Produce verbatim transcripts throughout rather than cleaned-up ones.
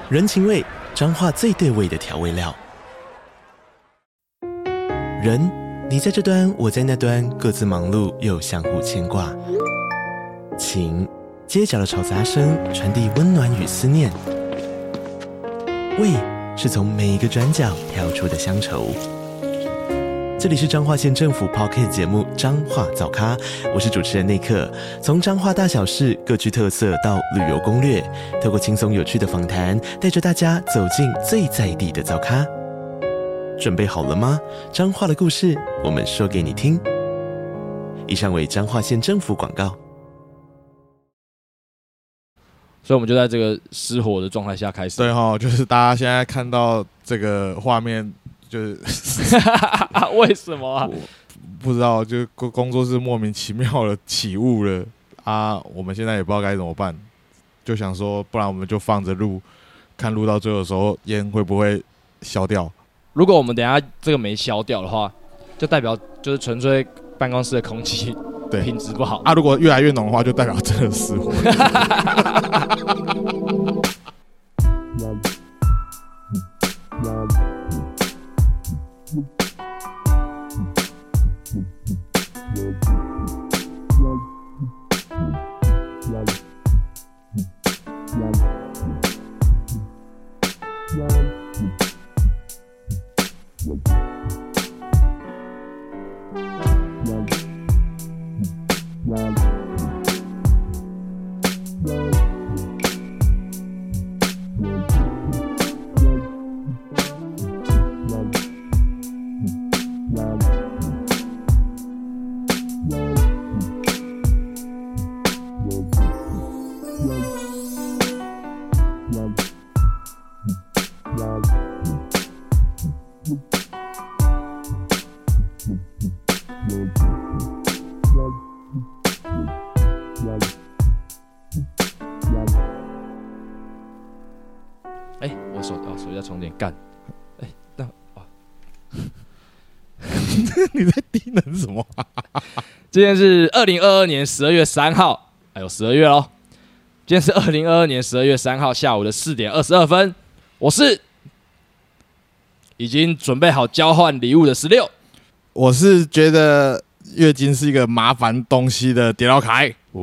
人情味，彰化最对味的调味料。人，你在这端，我在那端，各自忙碌又相互牵挂。情，街角的吵杂声传递温暖与思念。味，是从每一个转角跳出的乡愁。这里是彰化县政府 Podcast 节目《彰化早咖》，我是主持人内克。从彰化大小事各具特色到旅游攻略，透过轻松有趣的访谈，带着大家走进最在地的早咖。准备好了吗？彰化的故事，我们说给你听。以上为彰化县政府广告。 所以我们就在这个失火的状态下开始。 对齁，就是大家现在看到这个画面。就是为什么啊？ 不知道，就工作室莫名其妙的起雾了啊！我们现在也不知道该怎么办，就想说，不然我们就放着录，看录到最后的时候，烟会不会消掉？ 如果我们等一下这个没消掉的话，就代表就是纯粹办公室的空气品质不好啊！如果越来越浓的话，就代表真的失火。 哎、欸，我手哦手在充电，干，哎、欸，那哦， 你在低能什么、啊？ 今天是二零二二年十二月三号，哎呦，十二月喽！今天是二零二二年十二月三号下午的四点二十二分，我是已经准备好交换礼物的十六， 我是觉得月经是一个麻烦东西的蝶老凯哦、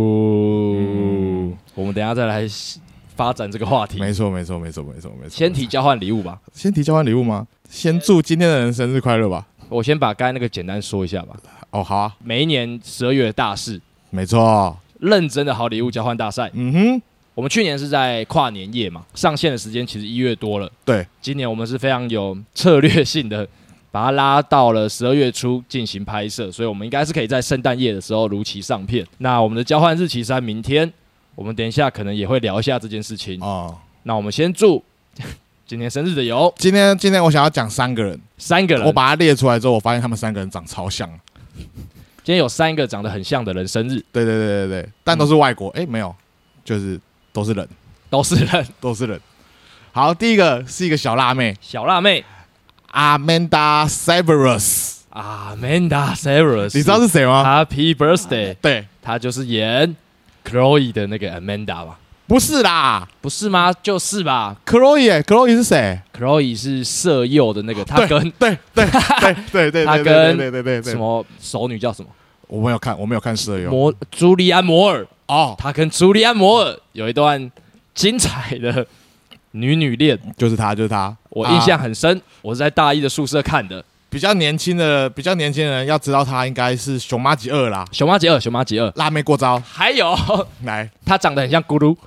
嗯，我们等一下再来发展这个话题。 没错，没错，没错，没错，没错。 先提交换礼物吧。 先提交换礼物吗？先祝今天的人生日快乐吧。 我先把刚才那个简单说一下吧。 哦，好啊。 每一年十二月的大事， 没错， 认真的好礼物交换大赛。 嗯哼， 我们去年是在跨年夜嘛，上线的时间其实一月多了。 对， 今年我们是非常有策略性的，把它拉到了十二月初进行拍摄，所以我们应该是可以在圣诞夜的时候如期上片。那我们的交换日期是在明天，我们等一下可能也会聊一下这件事情。哦，那我们先祝今天生日的有， 今天今天我想要讲三个人， 三个人， 我把它列出来之后，我发现他们三个人长超像。 今天有三个长得很像的人生日， 对对对对对，但都是外国，哎、嗯欸，没有，就是都是人， 都是人， 都是人。好，第一个是一个小辣妹， 小辣妹 Amanda Severus。Amanda Severus， 你知道是谁吗 ？Happy Birthday， 对， 她就是演 Chloe 的那个 Amanda 吧？ 不是啦， 不是吗？就是吧。 Chloe， 欸 Chloe 是谁 ？Chloe 是色诱的那个，她跟对对对对对， 她跟对对对什么熟女叫什么？ 我没有看，我没有看色诱。 摩朱利安摩尔哦， 她跟朱利安摩尔有一段精彩的女女恋， 就是她，就是她， 我印象很深。啊、我是在大一的宿舍看的。 比较年轻的，比较年轻的人要知道她应该是熊妈吉二啦， 熊妈吉二，熊妈吉二， 辣妹过招。 还有， 来， 她长得很像咕噜。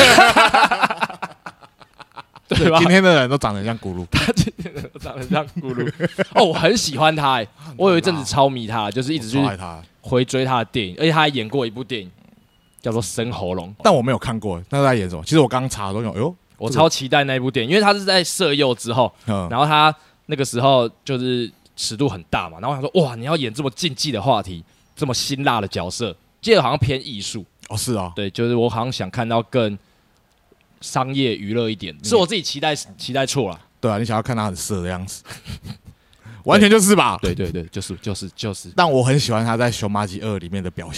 对吧？ 今天的人都长得像咕噜， 他今天的人都长得像咕噜。哦，我很喜欢他、欸，我有一阵子超迷他，就是一直去回追他的电影，而且他还演过一部电影叫做《生喉咙》， 但我没有看过，那在演什么？其实我刚查的时候，哎呦， 我超期待那一部电影，因为他是在色诱之后，嗯、然后他那个时候就是尺度很大嘛，然后我想说，哇，你要演这么禁忌的话题，这么辛辣的角色，记得好像偏艺术哦，是啊、哦， 对，就是我好像想看到更商业娱乐一点，是我自己期待期待错了。 对啊，你想要看他很色的样子，完全就是吧？ 对对对，就是就是就是。 但我很喜欢他在《熊麻吉二》里面的表现。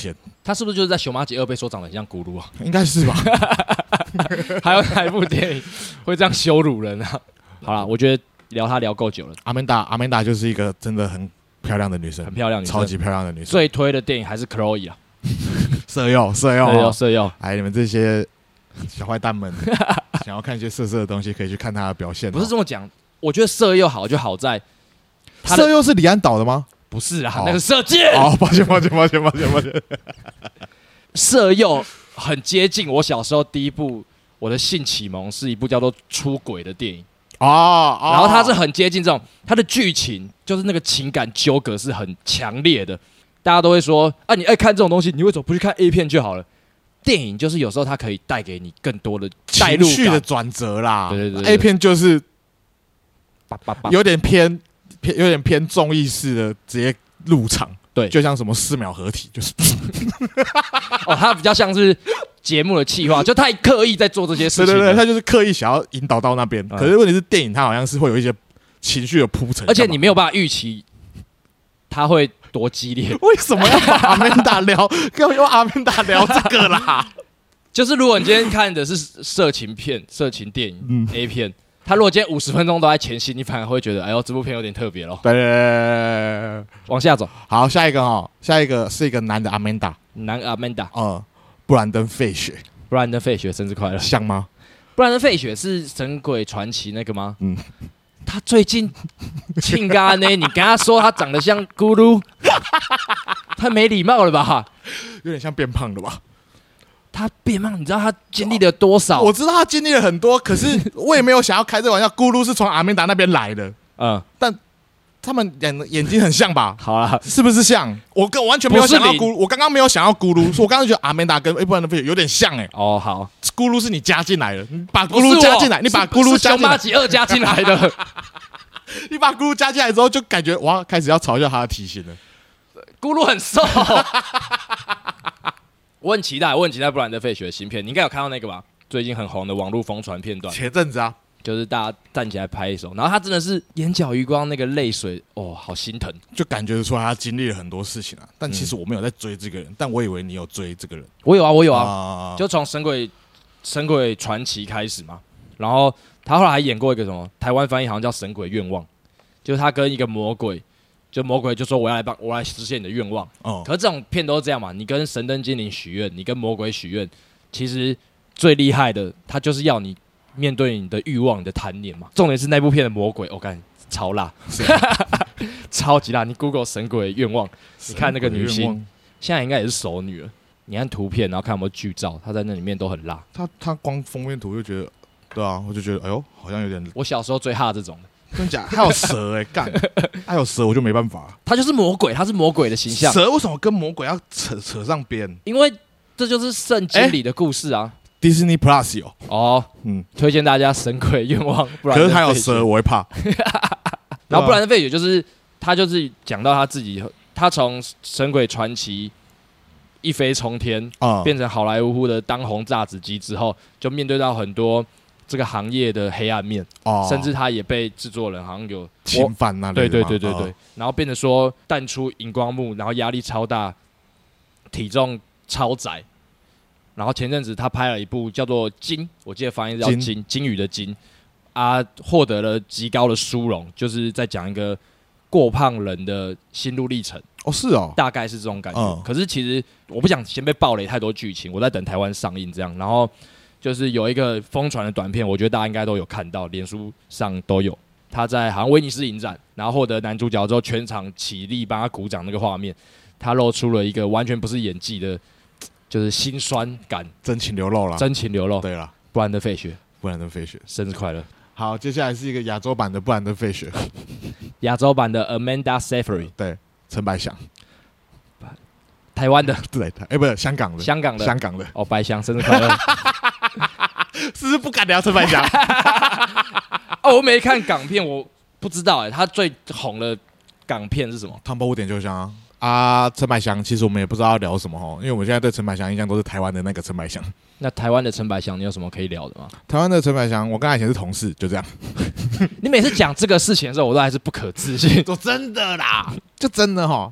他是不是就是在《熊妈姐二》被说长得很像咕噜啊？ 应该是吧？ 还有哪一部电影会这样羞辱人啊？好啦，我觉得聊她聊够久了。 阿曼达，阿曼达就是一个真的很漂亮的女生， 很漂亮女生， 超级漂亮的女生。 最推的电影还是 Chloe 啊， 色诱，色诱， 色诱，色诱。 哎，你们这些小坏蛋们，想要看一些色色的东西，可以去看她的表现。 不是这么讲，我觉得色诱好就好在， 色诱是李安导的吗？ 不是啊，那个射箭。 哦，抱歉，抱歉，抱歉，抱歉，抱歉。 色诱很接近我小时候第一部我的性启蒙，是一部叫做《出轨》的电影哦， 然后它是很接近这种，它的剧情就是那个情感纠葛是很强烈的。大家都会说啊，你爱看这种东西，你为什么不去看 A 片就好了？电影就是有时候它可以带给你更多的代入情绪的感。 转折啦。 对对对 ，A 片就是叭叭叭有点偏偏有点偏综艺式的，直接入场。 对， 就像什么四秒合体，就是哦，它比较像是节目的企划，就太刻意在做这些事情。 对对对，他就是刻意想要引导到那边。 嗯可是问题是，电影它好像是会有一些情绪的铺陈， 而且你没有办法预期它会多激烈。 为什么要把阿曼达聊？干嘛用阿曼达聊这个啦？ 就是如果你今天看的是色情片、色情电影、 嗯 A 片，他如果今天五十分钟都在前戏，你反而会觉得，哎呦，这部片有点特别咯。 对对对对， 往下走， 好，下一个哈，下一个是一个男的阿曼达， 男 Amanda， 呃，布兰登·费雪， 布兰登·费雪生日快乐。 像吗？ 布兰登·费雪是《神鬼传奇》那个吗？ 嗯， 他最近庆嘎呢，你跟他说他长得像咕噜，太没礼貌了吧？ 有点像变胖的吧？ 他变胖，你知道他经历了多少？ 我知道他经历了很多，可是我也没有想要开这个玩笑。咕噜是从阿曼达那边来的， 嗯， 他们眼眼睛很像吧？ 好啦， 是不是像？我跟我完全没有想到不是咕噜，我刚刚没有想到咕噜，我刚刚觉得阿曼达跟布兰登·费雪有点像哎、欸。 哦好， 咕噜是你加进来的，你把咕不是我噜加进来，你把咕噜是熊妈加进来， 吉二加进来的。 你把咕噜加进来之后，就感觉哇，开始要嘲笑他的体型了。 咕噜很瘦。我很期待，我很期待布兰登·费雪的新片，你应该有看到那个吧？最近很红的网络疯传片段， 前阵子啊， 就是大家站起来拍一手，然后他真的是眼角余光那个泪水，哦，好心疼。 就感觉得出来他经历了很多事情啊。但其实我没有在追这个人，但我以为你有追这个人。 我有啊，我有啊， 啊就从《神鬼神鬼传奇》开始嘛，然后他后来还演过一个什么，台湾翻译好像叫《神鬼愿望》，就是他跟一个魔鬼。就魔鬼就说我要来帮我来实现你的愿望， 哦， 可是这种片都是这样嘛，你跟神灯精灵许愿，你跟魔鬼许愿，其实最厉害的他就是要你面对你的欲望、你的贪念嘛。重点是那部片的魔鬼，我、哦、看超辣，超级辣。你 Google 神鬼愿望，你看那个女星，现在应该也是熟女了。你看图片，然后看有没有剧照，她在那里面都很辣。 他他光封面图就觉得，对啊，我就觉得，哎呦，好像有点我小时候最哈这种的。 真假？还有蛇哎、欸，干，还有蛇我就没办法。 他就是魔鬼，他是魔鬼的形象。 蛇为什么跟魔鬼要扯扯上边？ 因为这就是圣经里的故事啊。 Disney Plus 有哦， 嗯， 推荐大家《神鬼愿望》，不然可是他有蛇，我会怕。 然后布兰登·费雪就是他就是讲到他自己，他从《神鬼传奇》一飞冲天， 啊、 变成好莱坞的当红炸子鸡之后，就面对到很多这个行业的黑暗面， 哦， 甚至他也被制作人好像有侵犯那类对的嘛。 对对对对， 哦然后变得说淡出荧光幕，然后压力超大，体重超载。然后前阵子他拍了一部叫做《金》，我记得翻译叫《金》，金鱼的金啊，获得了极高的殊荣，就是在讲一个过胖人的心路历程。 哦，是哦， 大概是这种感觉。 嗯可是其实我不想先被爆雷太多剧情，我在等台湾上映这样。然后就是有一个疯传的短片，我觉得大家应该都有看到，脸书上都有。他在好像威尼斯影展，然后获得男主角之后，全场起立帮他鼓掌那个画面，他露出了一个完全不是演技的，就是心酸感， 真情流露了。 真情流露。 对了， 布兰登·费雪， 布兰登·费雪， 生日快乐！ 好，接下来是一个亚洲版的布兰登·费雪， 亚洲版的 Amanda Seyfried， 对，陈百祥， 台湾的， 对，哎，不是香港的， 香港的， 香港的， 哦，白香，生日快乐！ 是不是不敢聊陈百祥？ 哦，我没看港片，我不知道哎、欸，他最红的港片是什么？ 唐伯虎点秋香啊。啊，陈百祥，其实我们也不知道要聊什么哦，因为我们现在对陈百祥印象都是台湾的那个陈百祥。 那台湾的陈百祥，你有什么可以聊的吗？ 台湾的陈百祥，我跟他以前是同事，就这样。 你每次讲这个事情的时候，我都还是不可置信。 说真的啦，就真的哈，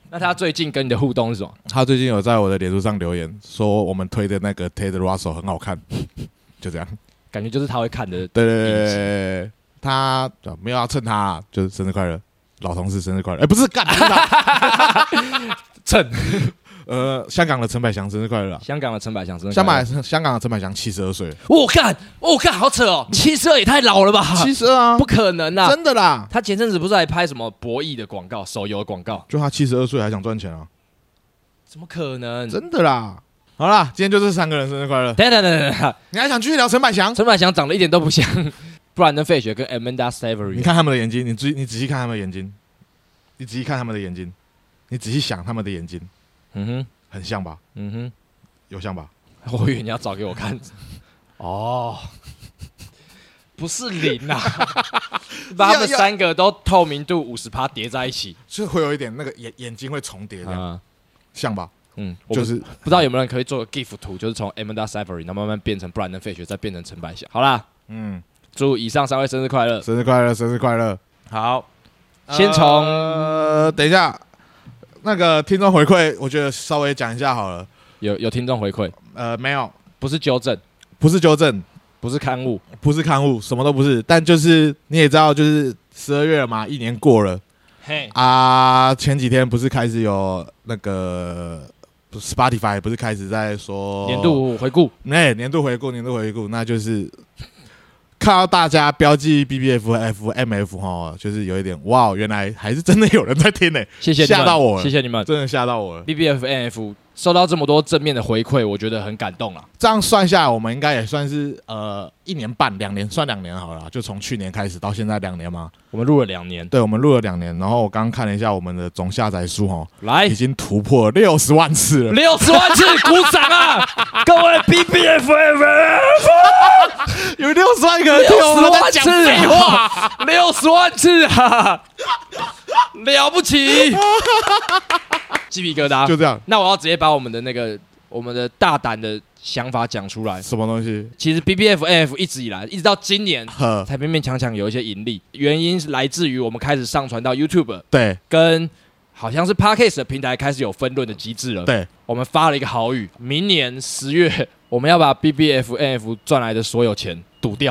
那他最近跟你的互动是什么？ 他最近有在我的脸书上留言说我们推的那个 Ted Lasso 很好看，就这样。 感觉就是他会看的。 对对对对对，他没有要蹭他，就是生日快乐，老同事生日快乐。哎，不是干他， 蹭。 呃，香港的陈百祥生日快乐！ 香港的陈百祥生日香快乐！ 港香港的陈百祥七十二岁， 我看我看好扯哦，七十二也太老了吧？ 七十二啊， 不可能啊， 真的啦！ 他前阵子不是还拍什么博弈的广告、手游的广告？ 就他七十二岁还想赚钱啊？ 怎么可能？ 真的啦！好啦，今天就这三个人生日快乐。 等等等等等， 你还想继续聊陈百祥？ 陈百祥长得一点都不像布兰登·费雪跟 Amanda Savory。 你看他们的眼睛，你仔你仔细看他们的眼睛，你仔细看他们的眼睛，你仔细想他们的眼睛， 嗯哼。 很像吧？ 嗯哼， 有像吧？ 我以为你要找给我看。哦，不是零啊，把他们三个都透明度五十趴叠在一起， 就会有一点那个眼眼睛会重叠这样， 啊、 像吧？ 嗯， 就是不知道有没有人可以做个 GIF 图，就是从 Amanda Savory 然后慢慢变成布兰登·费雪，再变成陈百祥。好啦，嗯，祝以上三位生日快乐， 生日快乐，生日快乐。 好，先从、 呃、等一下。那个听众回馈，我觉得稍微讲一下好了。 有有听众回馈， 呃，没有， 不是纠正， 不是纠正， 不是刊物， 不是刊物，什么都不是。但就是你也知道，就是十二月了嘛，一年过了，嘿啊，前几天不是开始有那个 Spotify 不是开始在说年度回顾， 哎、欸，年度回顾，年度回顾，那就是看到大家标记 B B F F M F 哈，就是有一点哇，原来还是真的有人在听呢、欸， 谢谢你们， 吓到我了， 谢谢你们， 真的吓到我了。 B B F M F 收到这么多正面的回馈，我觉得很感动啊。 这样算下来，我们应该也算是呃一年半、两年，算两年好了啦，就从去年开始到现在两年嘛。 我们录了两年， 对，我们录了两年，然后我刚刚看了一下我们的总下载数哈， 来已经突破六十万次了， 六十万次，鼓掌啊！各位 B B F M F， 有六十万个人听我们在讲废话， 六十万次啊，了不起，鸡皮疙瘩， 就这样。 那我要直接把我们的那个我们的大胆的想法讲出来。 什么东西？ 其实 B B F M F 一直以来，一直到今年才勉勉强强有一些盈利，原因是来自于我们开始上传到 YouTube， 对， 跟好像是 Podcast 的平台开始有分论的机制了。 对， 我们发了一个豪语，明年十月我们要把 B B F M F 赚来的所有钱赌掉。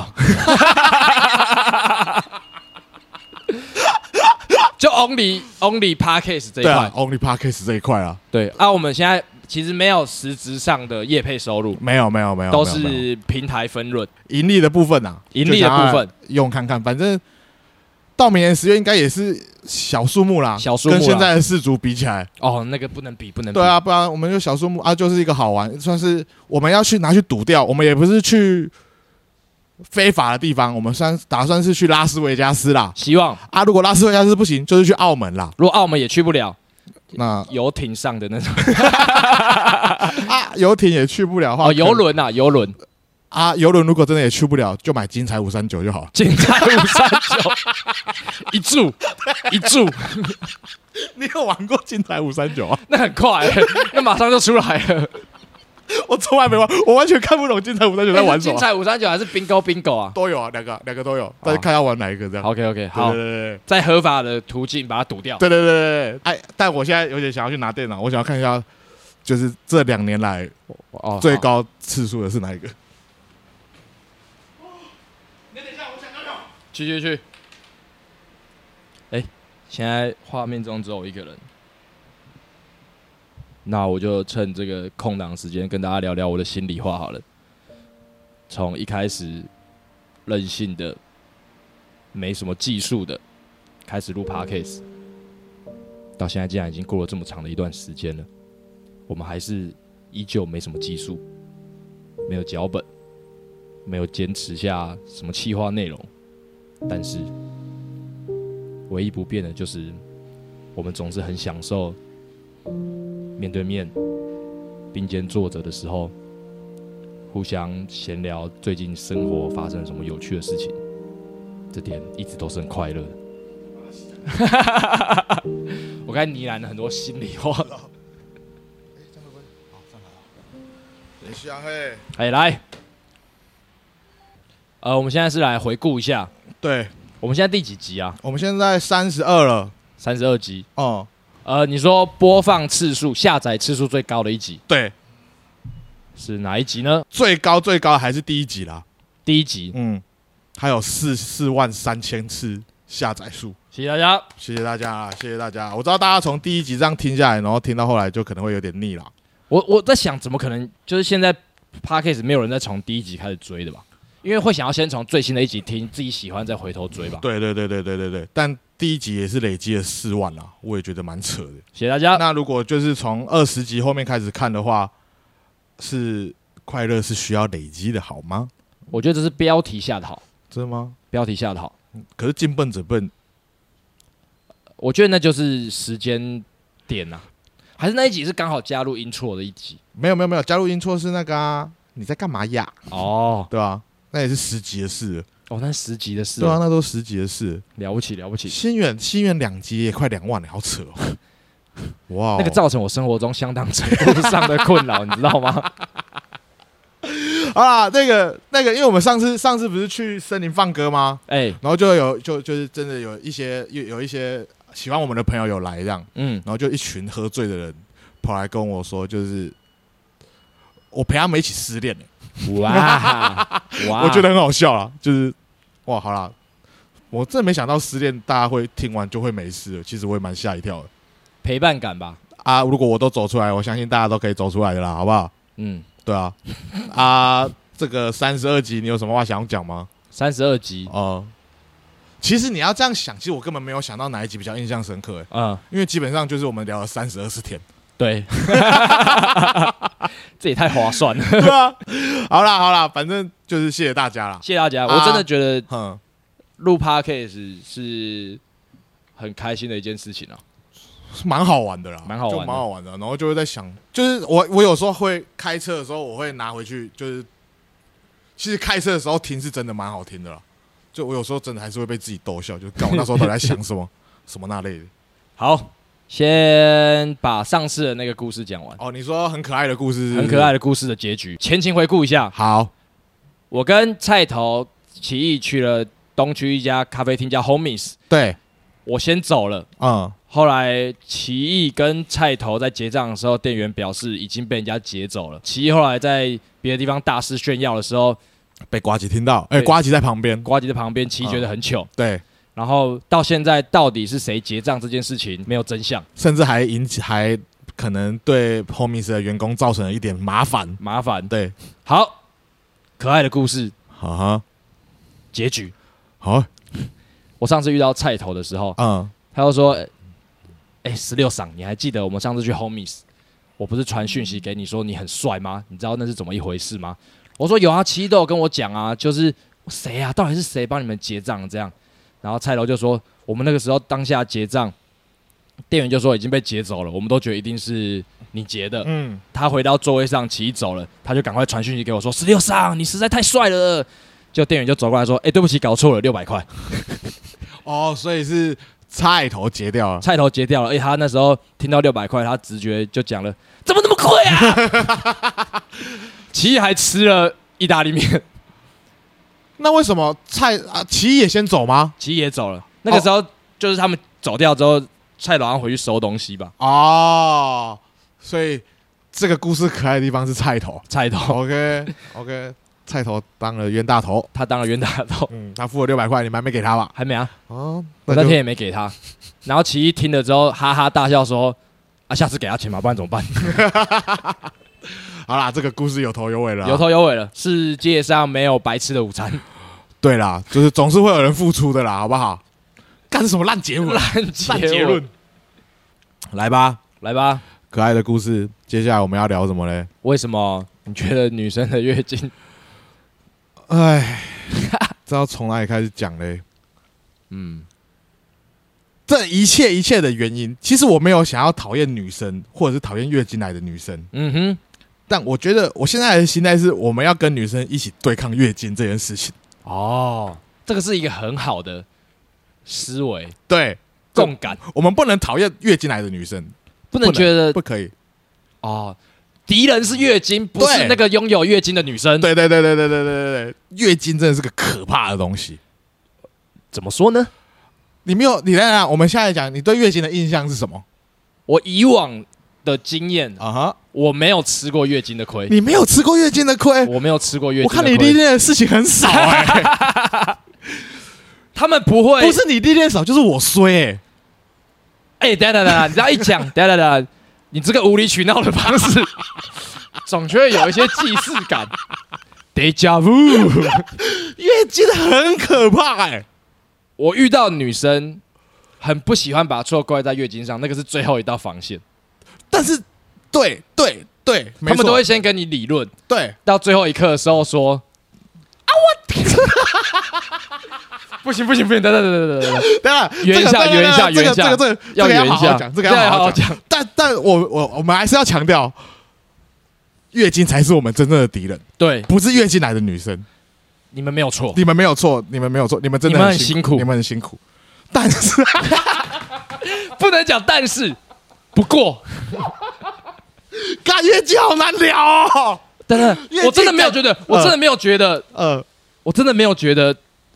就 only only podcast 这一块、 啊、，only podcast 这一块啊， 对啊，我们现在其实没有实质上的业配收入， 没有没有没有， 都是平台分润， 盈利的部分啊， 盈利的部分用看看，反正到明年十月应该也是小数目啦， 小数目跟现在的四组比起来， 哦，那个不能比，不能比， 对啊，不然我们就小数目啊，就是一个好玩，算是我们要去拿去赌掉，我们也不是去非法的地方，我们算打算是去拉斯维加斯啦。 希望啊，如果拉斯维加斯不行，就是去澳门啦。 如果澳门也去不了， 那游艇上的那种啊，游艇也去不了的话， 哦，游轮啊，游轮啊，游轮如果真的也去不了，就买金彩五三九就好。 金彩五三九一注一注， 你有玩过金彩五三九啊？ 那很快、欸，那马上就出来了。 我从来没玩，我完全看不懂金彩五三九在玩什么。 金彩五三九还是 bingo bingo 啊？ 都有啊，两个两个都有，但是看要玩哪一个这样。 OK OK， 好， 对对对， 在合法的途径把它赌掉。 对对对对，哎，但我现在有点想要去拿电脑，我想要看一下，就是这两年来哦最高次数的是哪一个？你等一下，我想要。 去去去。哎，现在画面中只有一个人。那我就趁这个空档时间跟大家聊聊我的心里话好了。从一开始任性的、没什么技术的开始录 Podcast， 到现在竟然已经过了这么长的一段时间了，我们还是依旧没什么技术，没有脚本，没有坚持下什么企划内容，但是唯一不变的就是我们总是很享受面对面并肩坐着的时候，互相闲聊最近生活发生了什么有趣的事情，这点一直都是很快乐的。我刚才呢喃了很多心里话。 等一下嘿， 哎，来，呃，我们现在是来回顾一下， 对， 我们现在第几集啊？ 我们现在三十二了， 三十二集。 哦、 呃，你说播放次数、下载次数最高的一集对， 是哪一集呢？ 最高最高还是第一集啦。 第一集。 嗯，还有四四万三千次下载数。 谢谢大家。 谢谢大家，谢谢大家。我知道大家从第一集这样听下来，然后听到后来就可能会有点腻了。 我我在想，怎么可能就是现在 Podcast 没有人在从第一集开始追的吧？因为会想要先从最新的一集听，自己喜欢再回头追吧。 对对对对对对对。但第一集也是累积了四万啦，我也觉得蛮扯的。 谢谢大家。 那如果就是从二十集后面开始看的话，是快乐是需要累积的，好吗？ 我觉得这是标题下的好。 真的吗？ 标题下的好。 可是近笨者笨。 我觉得那就是时间点啊，还是那一集是刚好加入 intro 的一集？ 没有没有没有，加入音错是那个啊，你在干嘛呀？ 哦， 对啊，那也是十集的事了。 哦，那是十集的事。 对啊，那都十集的事了。 了不起了不起。 新远新远两集也快两万了，好扯哦！哇、哦， 那个造成我生活中相当程度上的困扰，你知道吗？ 啊，那个那个，因为我们上次上次不是去森林放歌吗？ 哎、 然后就有就就是真的有一些有有一些喜欢我们的朋友有来这样， 嗯， 然后就一群喝醉的人跑来跟我说，就是我陪他们一起失恋、欸、 哇哇， 我觉得很好笑啊，就是哇，好啦，我真的没想到失恋大家会听完就会没事了，其实我也蛮吓一跳的。 陪伴感吧。 啊，如果我都走出来，我相信大家都可以走出来的啦，好不好？ 嗯， 对啊，啊，这个三十二集你有什么话想讲吗？ 三十二集， 哦、呃，其实你要这样想，其实我根本没有想到哪一集比较印象深刻，哎， 嗯， 因为基本上就是我们聊了三十二十天， 对，这也太划算了。 对啊，好啦好啦，反正就是谢谢大家啦， 谢谢大家， 啊我真的觉得嗯， 录 podcast 是很开心的一件事情啊。 蛮好玩的啦， 蛮好玩的就蛮好玩的。然后就会在想，就是我我有时候会开车的时候，我会拿回去，就是其实开车的时候听是真的蛮好听的啦。就我有时候真的还是会被自己逗笑，就干我那时候到底在想什么什么那类的。 好，先把上次的那个故事讲完。 哦，你说很可爱的故事是不是， 很可爱的故事的结局，前情回顾一下。 好， 我跟菜头奇艺去了东区一家咖啡厅叫 Homies， 对， 我先走了。 嗯， 后来奇艺跟菜头在结账的时候，店员表示已经被人家劫走了。奇艺后来在别的地方大肆炫耀的时候， 被呱吉听到，哎、欸， 对呱吉在旁边， 呱吉在旁边，奇艺觉得很糗。 对， 然后到现在到底是谁结账这件事情没有真相， 甚至还引起还可能对 Homies 的员工造成了一点麻烦。 麻烦。 对， 好，可爱的故事哈哈， 结局。 好， 我上次遇到菜头的时候， 嗯， 他就说：“哎、欸，十六赏，你还记得我们上次去 Homies， 我不是传讯息给你说你很帅吗？你知道那是怎么一回事吗？”我说：“有啊，七都有跟我讲啊，就是谁啊？到底是谁帮你们结账这样？”然后菜头就说：“我们那个时候当下结账，店员就说已经被劫走了，我们都觉得一定是你结的。 嗯， 他回到座位上骑走了，他就赶快传讯息给我说：十六赏，你实在太帅了。”就店员就走过来说：“哎、欸，对不起，搞错了，六百块。” 哦，所以是菜头结掉了， 菜头结掉了。而且他那时候听到六百块，他直觉就讲了：“怎么那么贵啊？”奇艺还吃了意大利面。 那为什么菜啊奇艺也先走吗？ 奇艺也走了。那个时候就是他们走掉之后，菜头好像回去收东西吧。 哦，所以这个故事可爱的地方是菜头。 菜头 ，OK OK， 菜头当了冤大头， 他当了冤大头。 嗯，他付了六百块，你们还没给他吧？ 还没啊。 哦， 我那天也没给他。然后奇艺听了之后哈哈大笑说：“啊，下次给他钱吧，不然怎么办？” 好啦，这个故事有头有尾了， 有头有尾了。世界上没有白吃的午餐。 对啦，就是总是会有人付出的啦，好不好？干什么烂结论？ 烂结论。来吧， 来吧， 可爱的故事。接下来我们要聊什么嘞？ 为什么你觉得女生的月经？ 哎，这要从哪里开始讲嘞？ 嗯， 这一切一切的原因，其实我没有想要讨厌女生，或者是讨厌月经来的女生。 嗯哼， 但我觉得我现在的心态是，我们要跟女生一起对抗月经这件事情。 哦，这个是一个很好的思维， 对， 共感。 我们不能讨厌月经来的女生， 不能觉得不可以哦，敌人是月经，不是那个拥有月经的女生。 对对对对对对对对，月经真的是个可怕的东西。 怎么说呢？ 你没有，你来来，我们现在讲，你对月经的印象是什么？ 我以往的经验啊哈， 我没有吃过月经的亏， 你没有吃过月经的亏， 我没有吃过月经的亏。 我看你历练的事情很少哎、欸， 他们不会， 不是你历练少，就是我衰哎、欸。 哎、欸，等等等，你这样一讲，等等等，你这个无理取闹的方式，总觉得有一些既视感。Deja vu， 月经很可怕哎、欸。 我遇到女生很不喜欢把错怪在月经上，那个是最后一道防线。 但是，对对对， 他们都会先跟你理论， 对， 到最后一刻的时候说啊我，不行不行不行，等等等等等等， 等下圆一下圆一下圆一下， 这个这个要这个要圆一下， 好好讲，这个要好好讲。但但我我我们还是要强调，月经才是我们真正的敌人， 对， 不是月经来的女生。 你们没有错， 你们没有错，你们没有错，你们真的很辛苦，你们很辛苦。但是不能讲但是，不过， 干月经好难聊哦。 等等，我真的没有觉得，我真的没有觉得，呃，我真的没有觉得，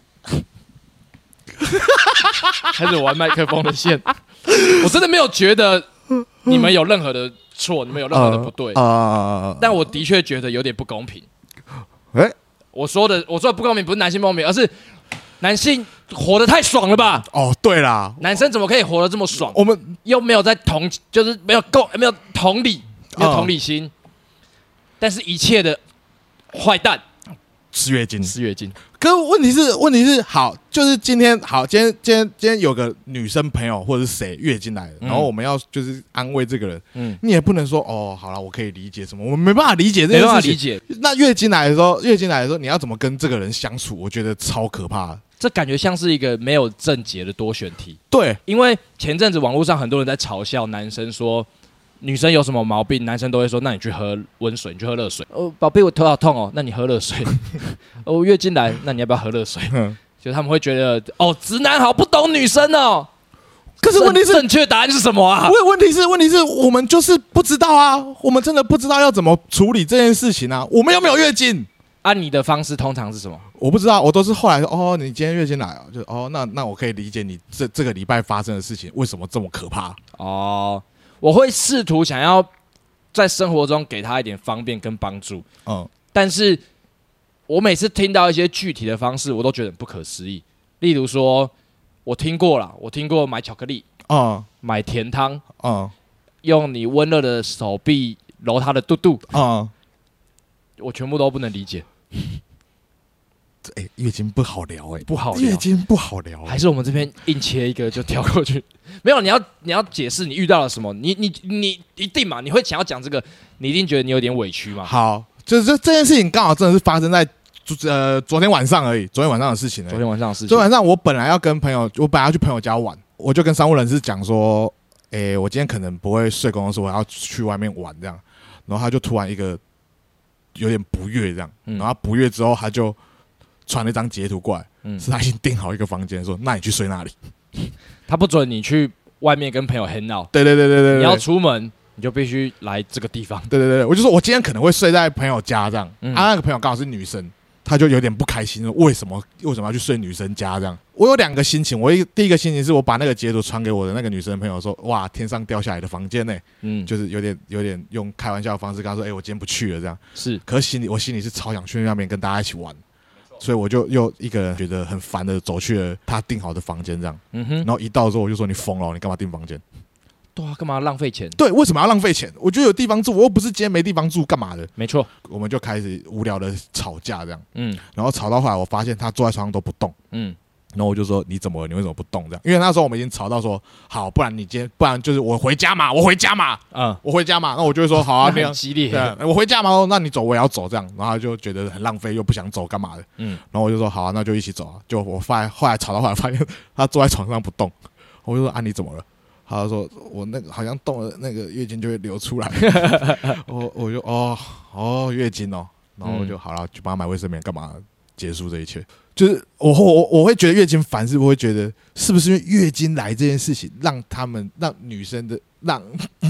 开始玩麦克风的线，我真的没有觉得你们有任何的错，你们有任何的不对啊、呃，但我的确觉得有点不公平。哎、欸，我说的我说的不公平不是男性不公平，而是男性活得太爽了吧？ 哦，对啦， 男生怎么可以活得这么爽？ 我们又没有在同，就是没有够，没有同理，没有同理心。嗯，但是一切的坏蛋吃月经， 吃月经。 可是问题是，问题是好，就是今天好，今天今天今天有个女生朋友或者是谁月经来了，嗯、然后我们要就是安慰这个人，嗯，你也不能说哦，好了，我可以理解什么，我们没办法理解这件事情， 没办法理解。 那月经来的时候，月经来的时候，你要怎么跟这个人相处？我觉得超可怕的。 这感觉像是一个没有正解的多选题。 对， 因为前阵子网络上很多人在嘲笑男生说。女生有什么毛病，男生都会说：“那你去喝温水，你去喝热水。”哦，宝贝，我头好痛哦，那你喝热水。哦，月经来，那你要不要喝热水？就他们会觉得，哦，直男好不懂女生哦。 可是问题是， 正确答案是什么啊？ 问问题是，问题是我们就是不知道啊，我们真的不知道要怎么处理这件事情啊。我们又没有月经， 按、啊、你的方式通常是什么？ 我不知道，我都是后来说，哦，你今天月经来了，就哦，那那我可以理解你这这个礼拜发生的事情为什么这么可怕哦。我会试图想要在生活中给他一点方便跟帮助，嗯，但是我每次听到一些具体的方式，我都觉得很不可思议。例如说，我听过啦，我听过买巧克力，嗯，买甜汤，嗯，用你温热的手臂揉他的肚肚，嗯，我全部都不能理解。 哎、欸，月经不好聊哎、欸， 不好聊， 月经不好聊、欸， 还是我们这边硬切一个就跳过去？没有，你要你要解释你遇到了什么？你你你一定嘛？你会想要讲这个？你一定觉得你有点委屈嘛？ 好，就是这这件事情刚好真的是发生在呃昨天晚上而已，昨天晚上的事情而已。 昨天晚上的事情。 昨天晚上我本来要跟朋友，我本来要去朋友家玩，我就跟商务人士讲说，哎、欸，我今天可能不会睡公司，我要去外面玩这样。然后他就突然一个有点不悦这样，嗯、然后他不悦之后他就。传了一张截图过来，嗯、是他已经订好一个房间，说：“那你去睡那里。” 他不准你去外面跟朋友 hang out。 对对对对对， 你要出门你就必须来这个地方。 对对对，我就说我今天可能会睡在朋友家这样。嗯、啊，那个朋友刚好是女生，她就有点不开心，说为什么为什么要去睡女生家这样？我有两个心情，我一第一个心情是我把那个截图传给我的那个女生朋友说：“哇，天上掉下来的房间呢、欸。”嗯，就是有点有点用开玩笑的方式跟她说：“哎、欸，我今天不去了。”这样是，可是心里我心里是超想去那边跟大家一起玩。所以我就又一个人觉得很烦的走去了他订好的房间，这样，嗯哼，然后一到之后我就说你疯了，你干嘛订房间？ 对啊，干嘛浪费钱？ 对，为什么要浪费钱？我觉得有地方住，我又不是今天没地方住，干嘛的？ 没错， 我们就开始无聊的吵架，这样，嗯，然后吵到后来，我发现他坐在床上都不动，嗯。然后我就说你怎么了？你为什么不动？这样，因为那时候我们已经吵到说，好，不然你今天，不然就是我回家嘛，我回家嘛，嗯，我回家嘛。那我就会说，好啊， 很激烈， 对，我回家嘛，那你走，我也要走，这样。然后他就觉得很浪费，又不想走，干嘛的？嗯。然后我就说，好啊，那就一起走啊。就我发后来吵到后来发现他坐在床上不动，我就说啊，你怎么了？他就说我那个好像动了，那个月经就会流出来。我我就哦哦月经哦，然后我就好了，去帮他买卫生棉，干嘛？结束这一切。就是我我我会觉得月经烦，是我会觉得是不是因为月经来这件事情，让他们让女生的让，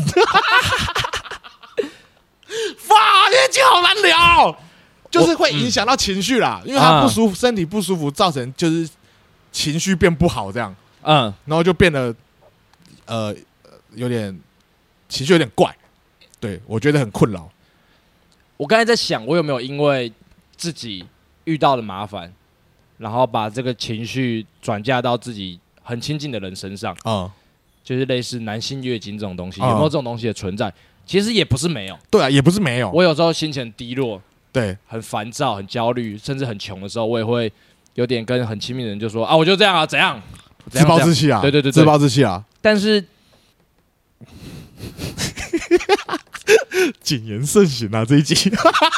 哇，月经好难聊，就是会影响到情绪啦，因为他不舒服，身体不舒服，造成就是情绪变不好这样，嗯，然后就变得呃有点情绪有点怪，对我觉得很困扰。 我刚才在想，我有没有因为自己遇到的麻烦，然后把这个情绪转嫁到自己很亲近的人身上，嗯，就是类似男性月经这种东西，嗯、有没有这种东西的存在？其实也不是没有， 对啊，也不是没有。 我有时候心情低落， 对， 很烦躁、很焦虑，甚至很穷的时候，我也会有点跟很亲密的人就说啊，我就这样啊，怎样？怎样自暴自弃啊， 对对对对， 自暴自弃啊。 但是谨言慎行啊，这一集。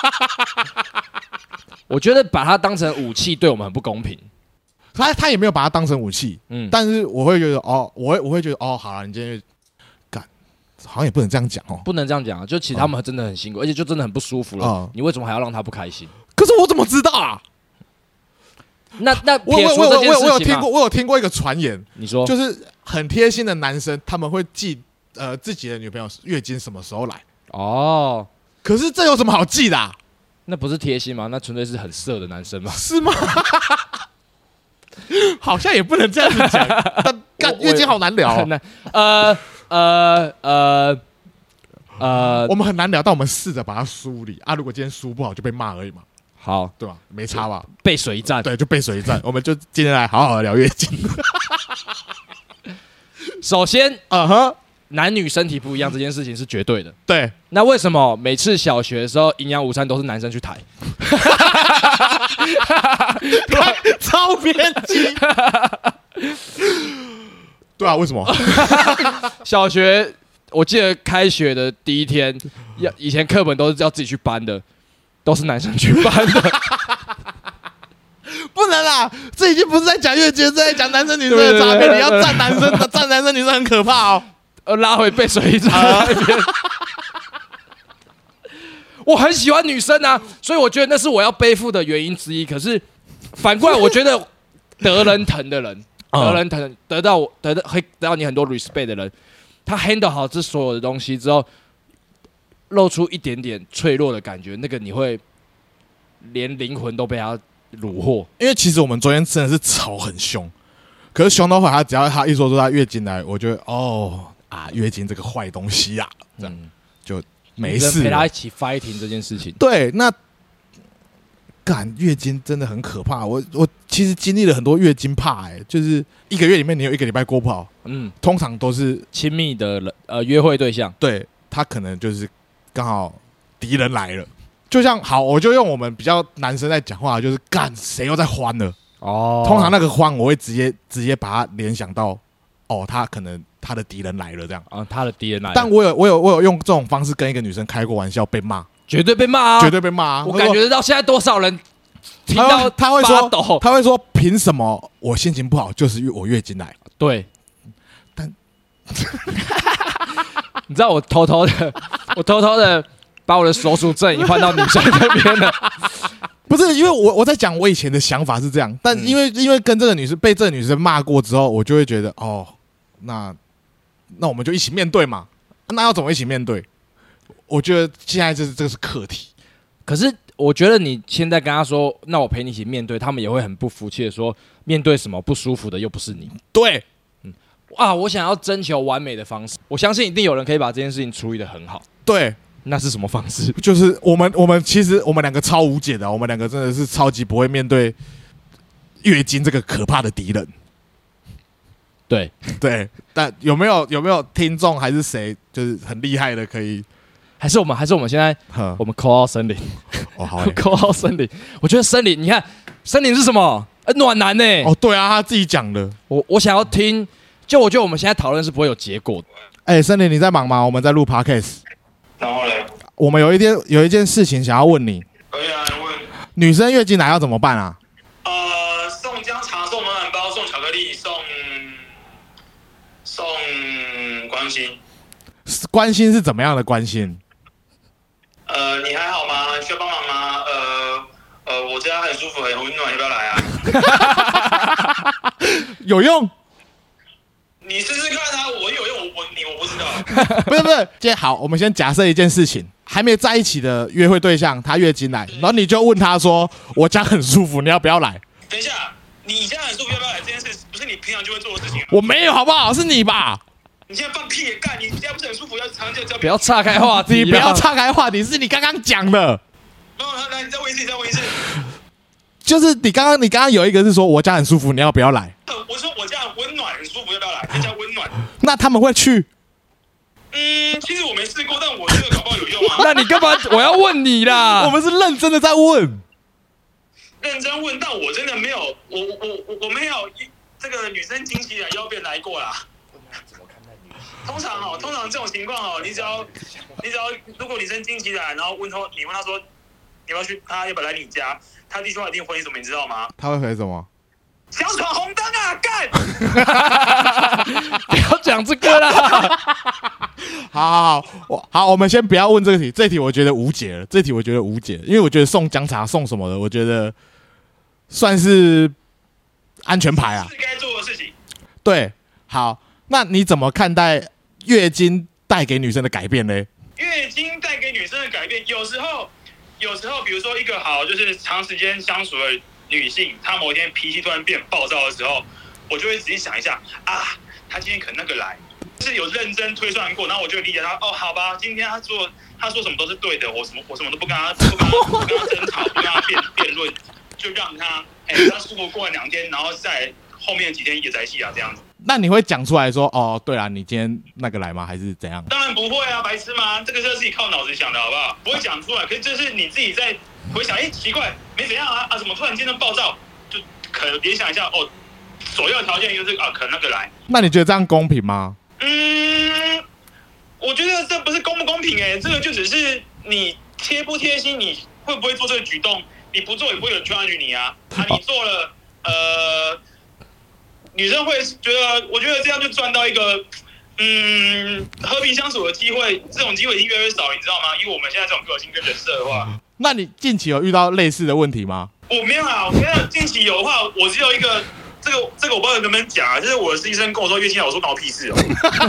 我觉得把它当成武器对我们很不公平。 他他也没有把它当成武器，嗯，但是我会觉得哦，我会我会觉得哦，好了，你今天干，好像也不能这样讲哦， 不能这样讲啊，就其实他们真的很辛苦，而且就真的很不舒服了，嗯、你为什么还要让他不开心？ 可是我怎么知道啊？ 那那我我我我我有听过，我有听过一个传言， 你说就是很贴心的男生，他们会记呃自己的女朋友月经什么时候来哦，可是这有什么好记的、啊？ 那不是贴心吗？那纯粹是很色的男生吗？ 是吗？好像也不能这样子讲，但干月经好难聊、哦。 呃呃呃呃， 我们很难聊，但我们试着把它梳理啊。如果今天梳不好，就被骂而已嘛。 好， 对吧？没差吧？ 背水一战， 对，就背水一战。我们就今天来好好的聊月经。 首先， 嗯哼。 男女身体不一样这件事情是绝对的。 对， 那为什么每次小学的时候营养午餐都是男生去抬？ 超偏激。对啊，为什么？ 小学我记得开学的第一天，要以前课本都是要自己去搬的，都是男生去搬的。 不能啦，这已经不是在讲月经，是在讲男生女生的差别。你要站男生，站男生女生很可怕哦。 呃，拉回背水一战那边。我很喜欢女生啊，所以我觉得那是我要背负的原因之一。可是反过来，我觉得得人疼的人，得人疼，得到我得到会得到你很多 respect 的人，他 handle 好这所有的东西之后，露出一点点脆弱的感觉，那个你会连灵魂都被他虏获。 因为其实我们昨天真的是吵很凶，可是凶到后来，他只要他一说说他月经来，我觉得哦。啊，月经这个坏东西啊，这样、嗯、就没事。 陪他一起 fighting 这件事情。 对，那干月经真的很可怕。我我其实经历了很多月经怕、欸，哎，就是一个月里面你有一个礼拜过不好，嗯，通常都是亲密的人呃约会对象， 对他可能就是刚好敌人来了。就像好，我就用我们比较男生在讲话，就是干谁又在欢了哦。通常那个欢，我会直接直接把它联想到哦，他可能。他的敌人来了，这样啊，他的敌人来了。 但我有，我有，我有用这种方式跟一个女生开过玩笑，被骂， 绝对被骂啊， 绝对被骂啊！ 我感觉得到现在多少人听到他会说，他会说，凭什么我心情不好就是我月经来？ 对， 但你知道我偷偷的，我偷偷的把我的手术证已换到女生那边了。 不是因为我我在讲我以前的想法是这样，但因为、嗯、因为跟这个女生被这个女生骂过之后，我就会觉得哦，那。那我们就一起面对嘛？那要怎么一起面对？我觉得现在这是这个是课题。 可是我觉得你现在跟他说，那我陪你一起面对，他们也会很不服气的说，面对什么不舒服的又不是你。 对， 嗯，啊，我想要征求完美的方式，我相信一定有人可以把这件事情处理得很好。 对， 那是什么方式？ 就是我们我们其实我们两个超无解的，我们两个真的是超级不会面对月经这个可怕的敌人。 对对，但有没有有没有听众还是谁就是很厉害的可以？ 还是我们还是我们现在我们 call out 森林哦好、欸、 call out 森林，我觉得森林，你看森林是什么？呃、暖男呢、欸？ 哦对啊，他自己讲的。 我我想要听，就我觉得我们现在讨论是不会有结果的。 哎、欸，森林你在忙吗？我们在录 podcast。 然后嘞， 我们有一天有一件事情想要问你。 可以啊，问。 女生月经来要怎么办啊？ 呃，送姜茶，送暖暖包，送巧克力，送。送关心， 关心是怎么样的关心？ 呃，你还好吗？需要帮忙吗？呃呃，我家很舒服，很温暖，要不要来啊？ 有用？ 你试试看啊！我有用，我你我不知道。 不是不是，今天好，我们先假设一件事情，还没在一起的约会对象，他月经来，然后你就问他说：“我家很舒服，你要不要来？” 等一下。你家很舒服，要不要来这件事？不是你平常就会做的事情吗？ 我没有，好不好？是你吧？ 你现在放屁也干，你现在不是很舒服，要常常叫叫。 不要岔开话题， 你不要岔开话题，是你刚刚讲的。 哦，来，你再问一次，你再问一次。 就是你刚刚，你刚刚有一个是说我家很舒服，你要不要来？ 我说我家很温暖，很舒服，要不要来？人家温暖。 那他们会去？ 嗯，其实我没试过，但我觉得搞不好有用啊。 那你干嘛？我要问你啦。 我们是认真的在问， 认真问，但我真的没有，我我我我没有这个女生经期来要别人来过啦。通常哦，通常这种情况哦，你只要你只要如果女生经期来，然后问他，你问他说你要去，他要不要来你家？他第一句话一定回你什么，你知道吗？ 他会回什么？ 想闯红灯啊，干！ 不要讲这个啦。 好好好，我好，我们先不要问这个题，这题我觉得无解了，这题我觉得无解，因为我觉得送姜茶送什么的，我觉得算是安全牌啊， 是该做的事情。 对，好，那你怎么看待月经带给女生的改变呢？ 月经带给女生的改变，有时候，有时候，比如说一个好，就是长时间相处的女性，她某一天脾气突然变暴躁的时候，我就会仔细想一下啊，她今天可能那个来，就是有认真推算过，然后我就会理解她。哦，好吧，今天她说她说什么都是对的，我什么我什么都不跟她不跟她不跟她争吵，不跟她辩辩论，就让她哎，她舒服过了两天，然后再后面几天也在戏啊这样子。 那你会讲出来说，哦，对啦，你今天那个来吗？还是怎样？ 当然不会啊，白痴吗？这个是自己靠脑子想的，好不好？不会讲出来，可是这是你自己在回想，哎，奇怪，没怎样啊啊，怎么突然间的暴躁？就可能联想一下，哦，首要条件就是啊，可能那个来。 那你觉得这样公平吗？ 嗯，我觉得这不是公不公平哎、欸，这个就只是你贴不贴心，你会不会做这个举动？你不做也不会有人 challenge 你啊。啊，你做了，呃。女生会觉得，我觉得这样就赚到一个，嗯，和平相处的机会。这种机会已经越来越少，你知道吗？以我们现在这种个性跟人设的话， 那你近期有遇到类似的问题吗？ 我没有啊。我跟你讲，近期有的话，我只有一个，这个这个我不知道能不能讲啊。就是我的实习生跟我说月经来，我说关我屁事哦。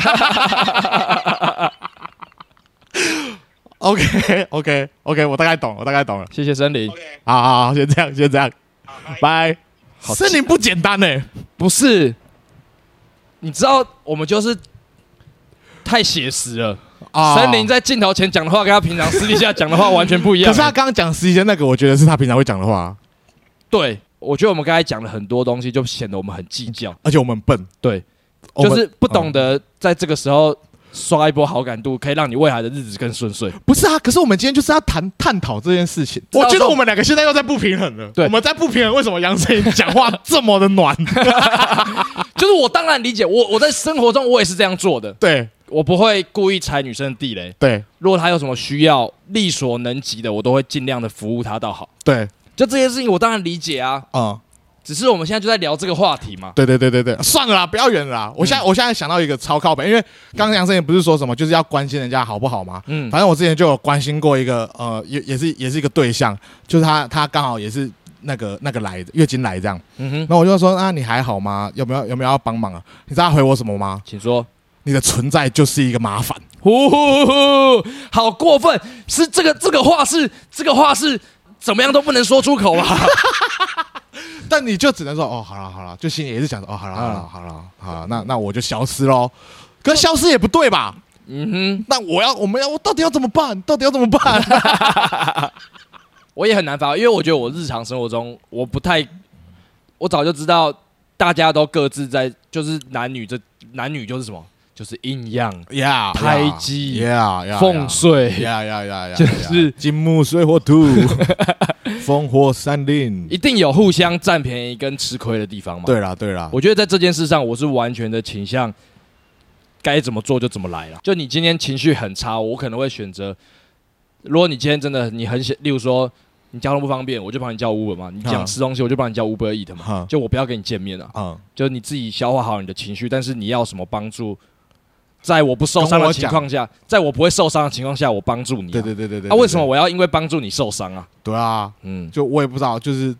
OK OK OK， 我大概懂，我大概懂了。 谢谢森林。 OK， 好好好，先这样，先这样，拜。 好森林不简单呢、欸， 不是，你知道我们就是太写实了。 啊森林在镜头前讲的话，跟他平常私底下讲的话完全不一样。 可是他刚刚讲实习生那个，我觉得是他平常会讲的话。 对，我觉得我们刚才讲了很多东西，就显得我们很计较， 而且我们很笨， 对， 我们就是不懂得在这个时候刷一波好感度，可以让你未来的日子更顺遂。 不是啊，可是我们今天就是要谈探讨这件事情。 知道我觉得我们两个现在又在不平衡了。 对我们在不平衡，为什么杨丞琳讲话这么的暖？ 就是我当然理解，我我在生活中我也是这样做的， 对我不会故意踩女生的地雷。 对如果她有什么需要，力所能及的，我都会尽量的服务她到好。 对， 就这些事情，我当然理解啊。 嗯， 只是我们现在就在聊这个话题嘛。 对对对对对，算了啦，不要远了啦。我现在、嗯、我现在想到一个超靠北，因为刚刚杨丞琳不是说什么就是要关心人家好不好吗？嗯，反正我之前就有关心过一个呃，也也是也是一个对象，就是他他刚好也是那个那个来的月经来这样。嗯哼，那我就说啊，你还好吗？有没有有没有要帮忙啊？你知道他回我什么吗？ 请说。 你的存在就是一个麻烦。 呼呼呼，好过分！是这个这个话是这个话是怎么样都不能说出口吧？ 但你就只能说哦，好了好了，就心里也是想说哦，好了好了好了好了，那那我就消失喽。可是消失也不对吧？嗯哼，那我要我们要我到底要怎么办？到底要怎么办？ 我也很难发，因为我觉得我日常生活中我不太，我早就知道大家都各自在，就是男女这男女就是什么，就是阴阳、 yeah, 胎记、 yeah, yeah, 风水， 呀呀呀呀， 就是金木水火土。烽火山林， 一定有互相占便宜跟吃亏的地方嘛？ 对啦，对啦。 我觉得在这件事上，我是完全的倾向该怎么做就怎么来了。就你今天情绪很差，我可能会选择，如果你今天真的你很想，例如说你交通不方便，我就帮你叫 Uber 嘛。你想吃东西，我就帮你叫 Uber Eat 嘛。就我不要跟你见面啊。嗯，就你自己消化好你的情绪，但是你要什么帮助？在我不受伤的情况下，在我不会受伤的情况下，我帮助你、啊。 对对对对对。 那、啊、为什么我要因为帮助你受伤啊？ 对啊，嗯，就我也不知道，就是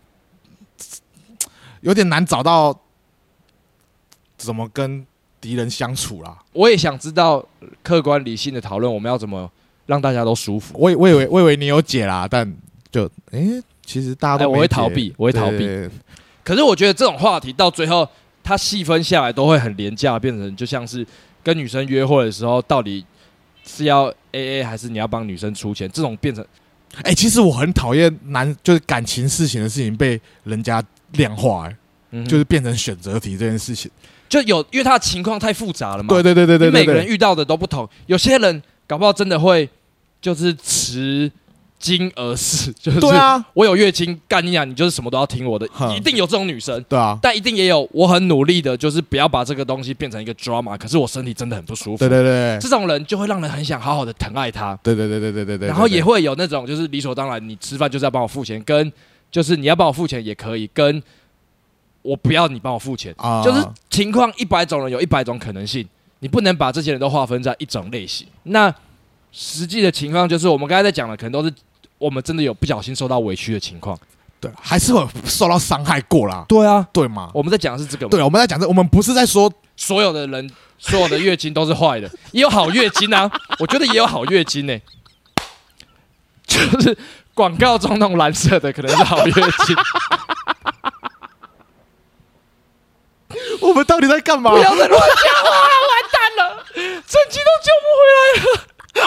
有点难找到怎么跟敌人相处啦。 我也想知道客观理性的讨论，我们要怎么让大家都舒服。 我我以为我以为你有解啦，但就哎、欸，其实大家都没解、 欸、我会逃避，我会逃避。對對對，可是我觉得这种话题到最后，它细分下来都会很廉价，变成就像是跟女生约会的时候，到底是要 A A 还是你要帮女生出钱？这种变成， 哎、欸，其实我很讨厌男就是感情事情的事情被人家量化、欸，嗯、就是变成选择题这件事情， 就有因为他的情况太复杂了嘛。 对对对对 对, 對, 對， 每个人遇到的都不同，有些人搞不好真的会就是持经而视，就是对啊， 我有月经，干你啊，你就是什么都要听我的，一定有这种女生， 对啊， 但一定也有我很努力的，就是不要把这个东西变成一个 drama， 可是我身体真的很不舒服， 对对对， 这种人就会让人很想好好的疼爱他， 对对对对对对对， 然后也会有那种就是理所当然，你吃饭就是要帮我付钱，跟就是你要帮我付钱也可以，跟我不要你帮我付钱，啊、就是情况一百种人有一百种可能性，你不能把这些人都划分在一种类型。那实际的情况就是我们刚才在讲的，可能都是我们真的有不小心受到委屈的情况， 对，还是有受到伤害过啦。 对啊， 对嘛？ 我们在讲的是这个嘛。 对，我们在讲这，我们不是在说所有的人，所有的月经都是坏的，也有好月经啊。我觉得也有好月经呢、欸，就是广告中那种蓝色的可能是好月经。 我们到底在干嘛？ 不要再乱讲话了，完蛋了，整集都救不回来了。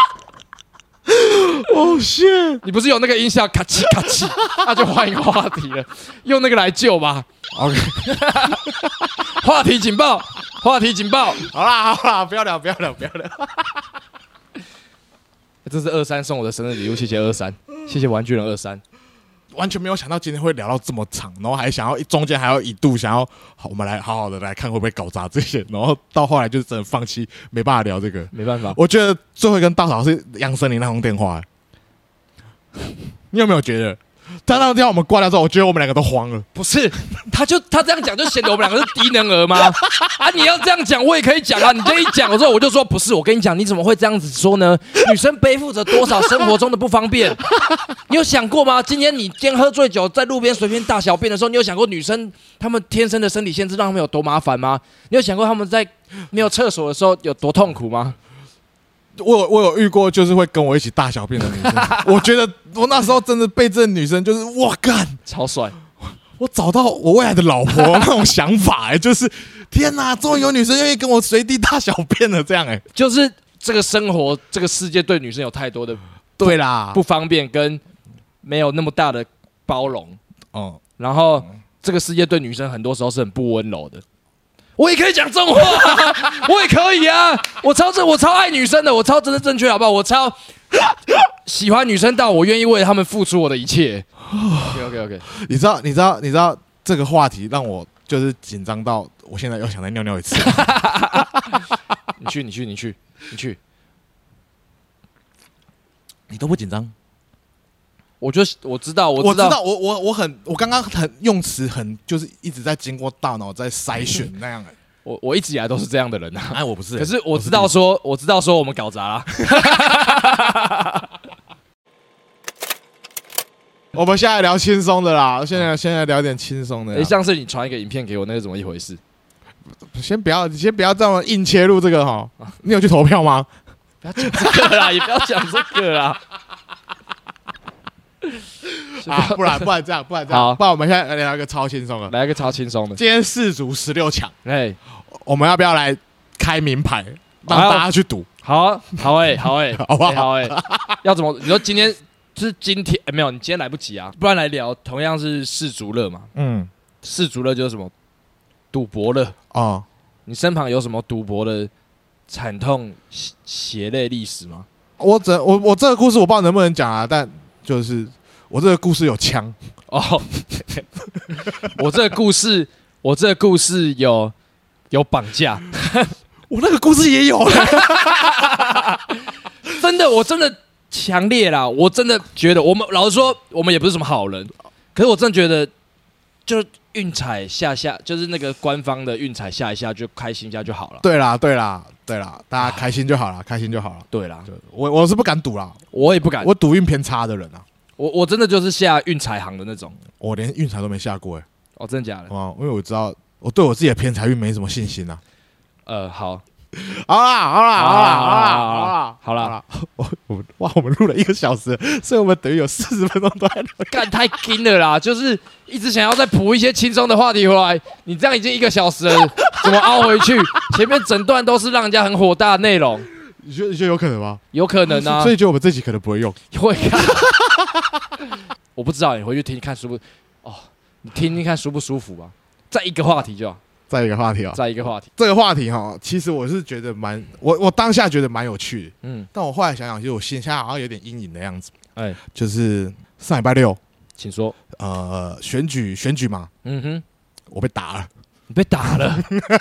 哦、oh, shit！ 你不是有那个音效咔嚓咔嚓，那就换一个话题了，用那个来救吧。 OK， 话题警报，话题警报。 好啦好啦，不要聊不要聊不要聊。 这是二三送我的生日礼物，谢谢二三，谢谢玩具人二三。 完全没有想到今天会聊到这么长，然后还想要中间还要一度想要，好，我们来好好的来看会不会搞砸这些，然后到后来就真的放弃，没办法聊这个， 没办法。 我觉得最后一根稻草是杨丞琳那通电话，你有没有觉得？他那通电话我们挂掉之后，我觉得我们两个都慌了。 不是，他就他这样讲，就显得我们两个是低能儿吗？啊，你要这样讲，我也可以讲啊。你这一讲的时候，我就说不是。我跟你讲，你怎么会这样子说呢？女生背负着多少生活中的不方便？你有想过吗？今天你今天喝醉酒，在路边随便大小便的时候，你有想过女生她们天生的身体限制让她们有多麻烦吗？你有想过她们在没有厕所的时候有多痛苦吗？ 我有我有遇过，就是会跟我一起大小便的女生。我觉得我那时候真的被这女生就是哇干超帅， 我找到我未来的老婆那种想法哎、欸，就是天哪，终于有女生愿意跟我随地大小便了，这样哎、欸， 就是这个生活这个世界对女生有太多的对啦不方便跟没有那么大的包容哦，然后这个世界对女生很多时候是很不温柔的。我也可以讲真话、啊，我也可以啊！我超正，我超爱女生的，我超真的正确，好不好？我超喜欢女生到我愿意为她们付出我的一切。OK OK OK， 你知道，你知道，你知道这个话题让我就是紧张到，我现在又想再尿尿一次。 你去，你去，你去，你去， 你都不紧张？ 我就我知道，我知道， 我知道， 我我我很，我刚刚很用词很，就是一直在经过大脑在筛选那样、欸。 我我一直以来都是这样的人啊， 哎，我不是、欸。 可是我知道说，我知道说我们搞砸了。 我们现在聊轻松的啦，现在现在聊点轻松的。 哎、欸，上次你传一个影片给我，那是怎么一回事？ 先不要，你先不要这么硬切入这个哈。你有去投票吗？ 不要讲这个啦，也不要讲这个啦。 啊，不然不然这样，不然这样，好，不然我们现在来聊一个超轻松的， 来一个超轻松的。 今天四组十六强，哎，我们要不要来开名牌，让大家去赌？ 好啊，好哎、欸，好哎、欸， 好不好？ 欸、好哎、欸，要怎么？你说今天是今天、欸？没有，你今天来不及啊，不然来聊同样是世足乐嘛。嗯，世足乐就是什么赌博乐哦。你身旁有什么赌博的惨痛血泪历史吗？ 我只我我这个故事我不知道能不能讲啊，但就是我这个故事有枪哦， 我这个故事我这个故事有有绑架， 我那个故事也有真的我真的强烈啦，我真的觉得我们老实说我们也不是什么好人，可是我真的觉得就运彩下下就是那个官方的运彩下一下就开心一下就好了。对啦对啦对啦，大家开心就好了，开心就好了。 对啦， 我我是不敢赌啦， 我也不敢， 我赌运偏差的人啊。 我我真的就是下运彩行的那种， 我连运彩都没下过哎、欸。 哦，真的假的？ 哦，因为我知道我对我自己的偏财运没什么信心啊。 呃，好， 好啦，好啦，好啦，好啦，好啦， 好啦， 我我们哇，我们录了一个小时，所以我们等于有四十分钟都在聊。 干太紧了啦，就是一直想要再补一些轻松的话题回来。你这样已经一个小时了， 怎么凹回去？前面整段都是让人家很火大的内容， 你觉得你觉得有可能吗？ 有可能啊。 所以觉得我们这集可能不会用， 会看，我不知道，你回去听看舒不哦，你听听看舒不舒服吧。再一个话题就好， 再一个话题啊， 再一个话题。 这个话题哈，其实我是觉得蛮，我我当下觉得蛮有趣的， 嗯， 但我后来想想，其实我心下好像有点阴影的样子。 哎， 就是上礼拜六， 请说。 呃，选举选举嘛， 嗯哼， 我被打了， 你被打了，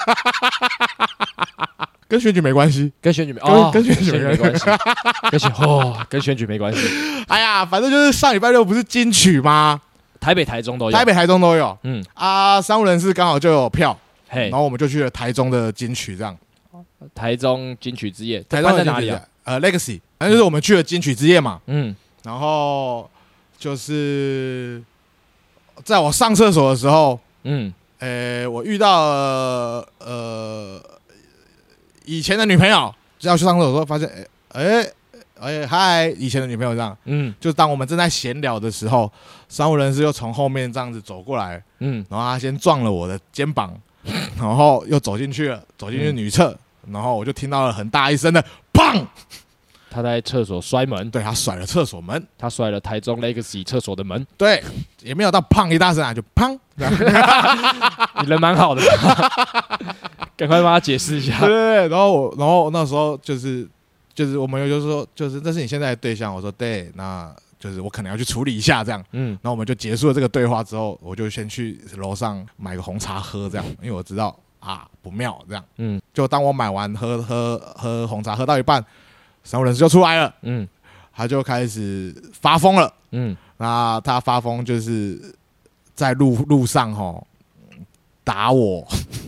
跟选举没关系， 跟选举没跟哦， 跟选举没关系，跟选哦，跟选举没关系。 哎呀，反正就是上礼拜六不是金曲吗？ 台北、台中都有， 台北、台中都有。 嗯啊，商务人士刚好就有票， 嘿然，后我们就去了台中的金曲，这样。 台中金曲之夜， 台中办在哪里啊？ 的金曲呃，Legacy，反正就是我们去了金曲之夜嘛。 嗯然后就是在我上厕所的时候， 嗯， 呃，我遇到了呃以前的女朋友，要去上厕所的时候，发现，哎哎哎嗨，以前的女朋友这样。 嗯就当我们正在闲聊的时候，商务人士又从后面这样子走过来， 嗯然后他先撞了我的肩膀，然后又走进去了，走进去女厕，然后我就听到了很大一声的砰， 他在厕所摔门， 对他甩了厕所门， 他摔了台中 Legacy 厕所的门。 对，也没有到砰一大声啊，就砰，这样你人蛮好的，赶快帮他解释一下对。对对，然后我，然后那时候就是就是我们有就是说，就是这是你现在的对象，我说对，那就是我可能要去处理一下这样。 嗯然后我们就结束了这个对话之后，我就先去楼上买个红茶喝，这样，因为我知道啊不妙，这样。 嗯就当我买完喝喝喝红茶喝到一半，商务人士就出来了， 嗯他就开始发疯了。 嗯， 那他发疯就是在路路上吼打我，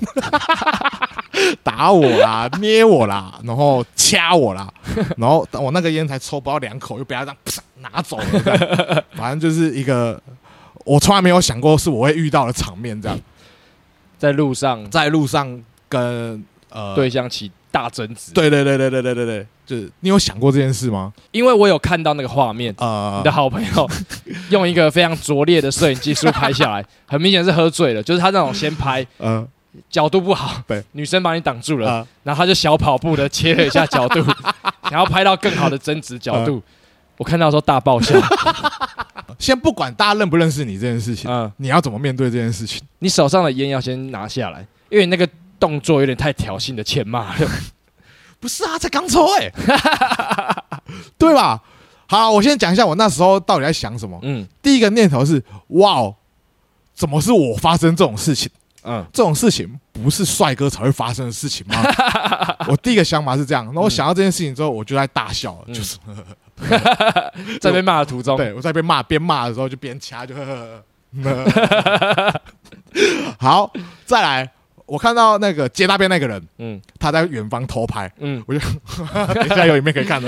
打我啦，捏我啦，然后掐我啦，然后我那个烟才抽不到两口，又被他这样啪拿走了这样，反正就是一个我从来没有想过是我会遇到的场面，这样在路上在路上跟呃对象起大争执。 对对对对对对对对，就是你有想过这件事吗？ 因为我有看到那个画面， 呃你的好朋友用一个非常拙劣的摄影技术拍下来，很明显是喝醉了，就是他那种先拍呃角度不好， 对， 女生把你挡住了， 呃然后他就小跑步的切了一下角度，想要拍到更好的争执角度。我看到的时候大爆笑。 先不管大家认不认识你这件事情， 嗯， 你要怎么面对这件事情？ 你手上的烟要先拿下来，因为你那个动作有点太挑衅的欠骂了。 不是啊，才刚抽哎、对吧？好，我先讲一下我那时候到底在想什么。 嗯第一个念头是，哇哦，怎么是我发生这种事情？ 嗯这种事情不是帅哥才会发生的事情吗？我第一个想法是这样。然后我想到这件事情之后，我就在大笑了， 嗯就是在被骂的途中， 对我在被骂边骂的时候就边掐，就呵呵呵。好，再来，我看到那个接大便那个人， 嗯他在远方偷拍， 嗯， 我就等一下有影片可以看的。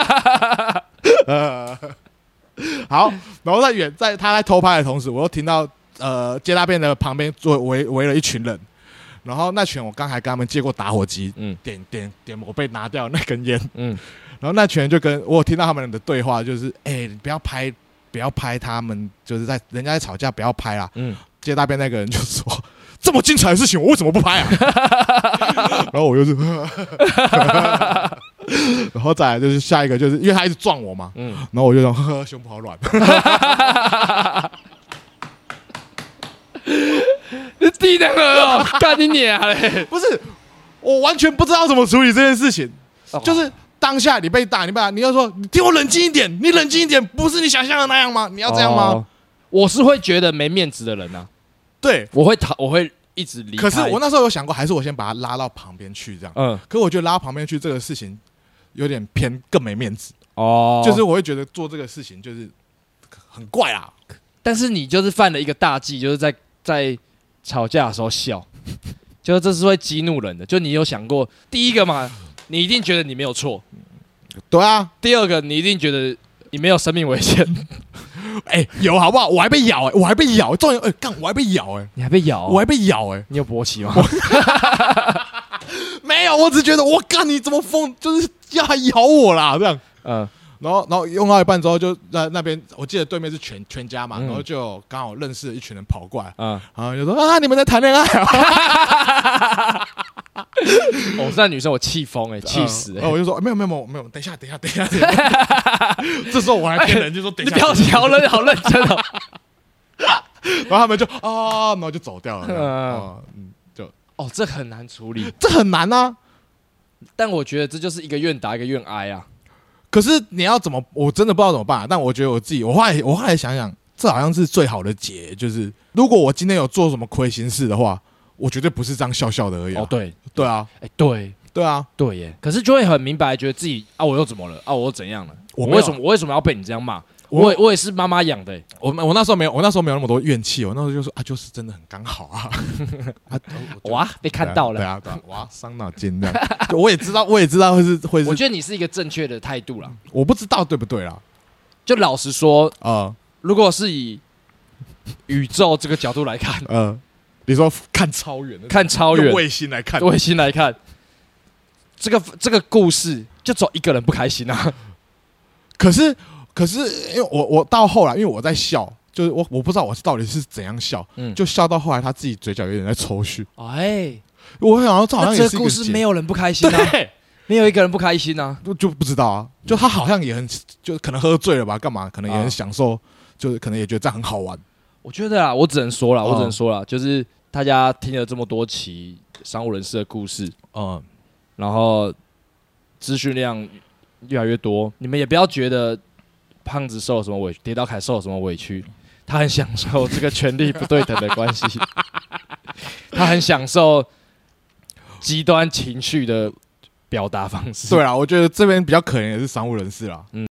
呃，好，然后在远在他在偷拍的同时，我又听到呃接大便的旁边坐围围了一群人，然后那群人我刚才跟他们借过打火机， 嗯点点点我被拿掉的那根烟， 嗯然后那群人就跟我有听到他们的对话，就是哎、欸，你不要拍，不要拍他们，就是在人家在吵架，不要拍啦。 嗯， 接大便那个人就说：“这么精彩的事情，我为什么不拍啊？”然后我又是，然后再来就是下一个，就是因为他一直撞我嘛， 嗯， 然后我就说：“呵呵，胸部好软。” 你低能儿哦，干你娘嘞！ 不是，我完全不知道怎么处理这件事情。 哦就是当下你被打，你被打，你要说你听我冷静一点，你冷静一点，不是你想象的那样吗？你要这样吗？ 哦我是会觉得没面子的人啊， 对。 我会逃，我会一直离开。 可是我那时候有想过，还是我先把他拉到旁边去这样。 嗯可我觉得拉到旁边去这个事情有点偏更没面子， 哦， 就是我会觉得做这个事情就是很怪啊。 但是你就是犯了一个大忌，就是在在吵架的时候笑，就是这是会激怒人的。就你有想过，第一个嘛，你一定觉得你没有错； 对啊， 第二个，你一定觉得你没有生命危险。 哎、有好不好？我还被咬哎、我还被咬，终于哎干，我还被咬哎、 你还被咬、 我还被咬哎、 你有勃起吗？ 没有，我只觉得我干你怎么疯，就是要还咬我啦这样。 嗯然后，然后用到一半之后，就在那边，我记得对面是全全家嘛， 嗯然后就刚好认识了一群人跑过来， 嗯， 然后就说啊，你们在谈恋爱啊？ 哦，那女生我气疯哎，气死哎、 欸！我就说没有没有没有没有，等一下等一下等一下，等一下这时候我还骗人，就说等一下， 你表情好认好认真哦。 然后他们就啊，然后就走掉了。嗯嗯，就哦，这很难处理， 这很难啊。 但我觉得这就是一个愿打一个愿挨啊。 可是你要怎么？我真的不知道怎么办、啊。但我觉得我自己，我后来我后来想想，这好像是最好的解，就是如果我今天有做什么亏心事的话，我绝对不是这样笑笑的而已、啊。 哦，对对啊， 哎、欸，对对啊， 对耶。可是就会很明白，觉得自己啊，我又怎么了？啊，我又怎样了？我为什么我为什么要被你这样骂？我我也是妈妈养的、欸， 我我那时候没有，我那时候没有那么多怨气，我那时候就说啊，就是真的很刚好啊， 啊哇，被看到了， 对啊，对啊，哇，伤脑筋这样，我也知道，我也知道会是会是， 我觉得你是一个正确的态度啦， 我不知道对不对啦， 就老实说， 呃， 如果是以宇宙这个角度来看， 呃，你说看超远， 看超远， 用卫星来看， 卫星来看，这个这个故事就只有一个人不开心啊， 可是。可是，因为我我到后来，因为我在笑，就是我我不知道我到底是怎样笑，嗯，就笑到后来他自己嘴角有点在抽搐。哎，我想到这好像也是一个这故事没有人不开心啊，没有一个人不开心啊， 就就不知道啊，就他好像也很就可能喝醉了吧，干嘛？可能也很享受，啊、就是可能也觉得这样很好玩。 我觉得啊，我只能说了，我只能说了，就是大家听了这么多期商务人士的故事，嗯，然后资讯量越来越多，你们也不要觉得。胖子受了什么委屈？跌倒凯受了什么委屈？他很享受这个权力不对等的关系，他很享受极端情绪的表达方式。 对啦，我觉得这边比较可怜的是商务人士啦。嗯，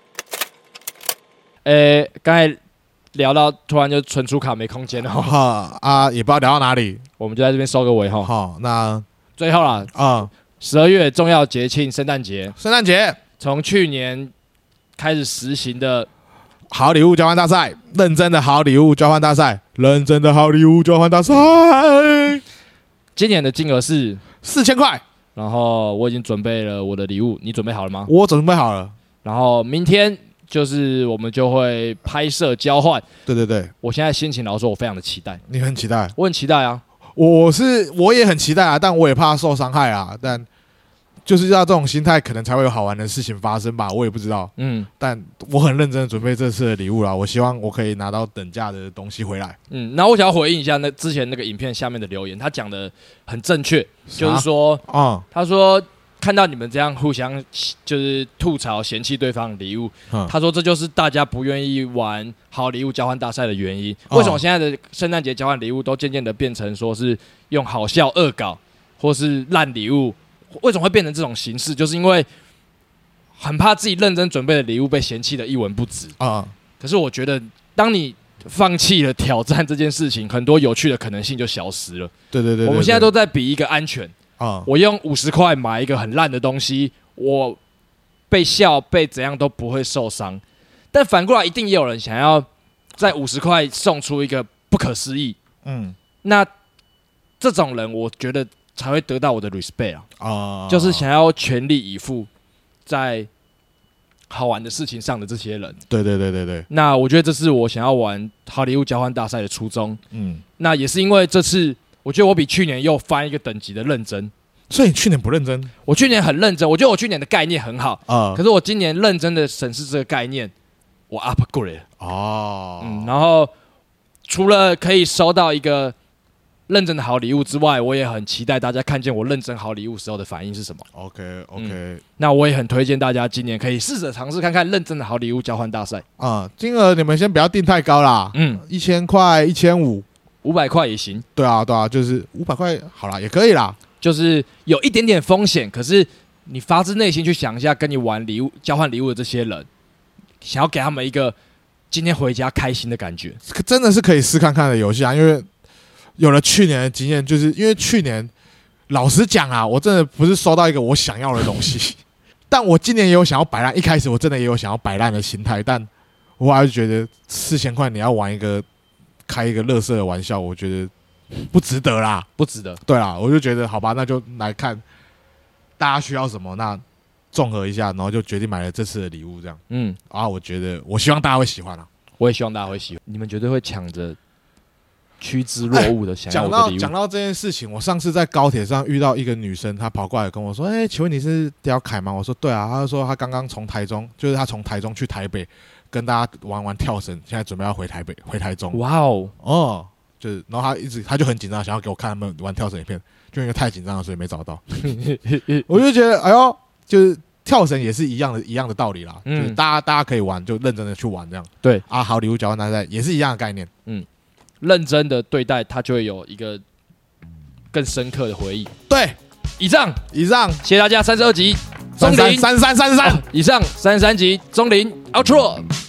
诶、欸，刚才聊到突然就存储卡没空间了， 哈啊，也不知道聊到哪里， 我们就在这边收个尾哈。 好，那最后啦，啊，十二月重要节庆圣诞节， 圣诞节从去年。开始实行的好礼物交换大赛，认真的好礼物交换大赛，认真的好礼物交换大赛。 今年的金额是四千块， 然后我已经准备了我的礼物，你准备好了吗？ 我准备好了。 然后明天就是我们就会拍摄交换。 对对对， 我现在心情老实说，我非常的期待。 你很期待？ 我很期待啊！ 我是我也很期待啊，但我也怕受伤害啊，但。就是要这种心态，可能才会有好玩的事情发生吧，我也不知道。嗯，但我很认真的准备这次的礼物啦，我希望我可以拿到等价的东西回来。 嗯，然后我想要回应一下那之前那个影片下面的留言，他讲的很正确，就是说，啊、嗯，他说看到你们这样互相就是吐槽、嫌弃对方的礼物，嗯、他说这就是大家不愿意玩好礼物交换大赛的原因。为什么现在的圣诞节交换礼物都渐渐的变成说是用好笑恶搞，或是烂礼物？为什么会变成这种形式？就是因为很怕自己认真准备的礼物被嫌弃的一文不值啊。Uh. 可是我觉得，当你放弃了挑战这件事情，很多有趣的可能性就消失了。 对对 对, 对, 对， 我们现在都在比一个安全啊。Uh. 我用五十块买一个很烂的东西，我被笑被怎样都不会受伤。但反过来，一定也有人想要在五十块送出一个不可思议。嗯，那这种人，我觉得。才会得到我的 respect 啊， uh, 就是想要全力以赴在好玩的事情上的这些人。 对对对对对。 那我觉得这是我想要玩好礼物交换大赛的初衷。嗯，那也是因为这次，我觉得我比去年又翻一个等级的认真。 所以你去年不认真？ 我去年很认真，我觉得我去年的概念很好啊， uh, 可是我今年认真的审视这个概念，我 upgrade 了。哦，嗯，然后除了可以收到一个。认真的好礼物之外，我也很期待大家看见我认真好礼物时候的反应是什么。 OK OK，、嗯、 那我也很推荐大家今年可以试着尝试看看认真的好礼物交换大赛啊、嗯。金额你们先不要定太高啦，嗯，一千块、一千五、 五百块也行。 对啊对啊，就是五百块好啦，也可以啦。 就是有一点点风险，可是你发自内心去想一下，跟你玩礼物交换礼物的这些人，想要给他们一个今天回家开心的感觉， 真的是可以试看看的游戏啊，因为。有了去年的经验，就是因为去年，老实讲啊，我真的不是收到一个我想要的东西，但我今年也有想要摆烂。一开始我真的也有想要摆烂的心态，但我还是觉得四千块你要玩一个开一个垃圾的玩笑，我觉得不值得啦， 不值得。 对啦，我就觉得好吧，那就来看大家需要什么，那综合一下，然后就决定买了这次的礼物，这样。嗯，啊，我觉得我希望大家会喜欢啊， 我也希望大家会喜欢，你们绝对会抢着。 趋之若鹜的想要讲我的礼物。 到讲到这件事情，我上次在高铁上遇到一个女生，她跑过来跟我说：“哎、欸，请问你是刁凯吗？”我说：“对啊。”她就说她刚刚从台中，就是她从台中去台北跟大家玩玩跳绳，现在准备要回台北回台中。 哇哦哦，就是然后她一直她就很紧张，想要给我看他们玩跳绳影片，就因为太紧张了，所以没找到。我就觉得哎呦，就是跳绳也是一样的一样的道理啦，嗯、就是大家大家可以玩，就认真的去玩这样。 对啊，好礼物交换大赛也是一样的概念。 嗯。认真的对待，他就会有一个更深刻的回忆。 对， 以上以上， 谢谢大家，三十二集， 三三三三三三， 以上三十三集，钟林 outro。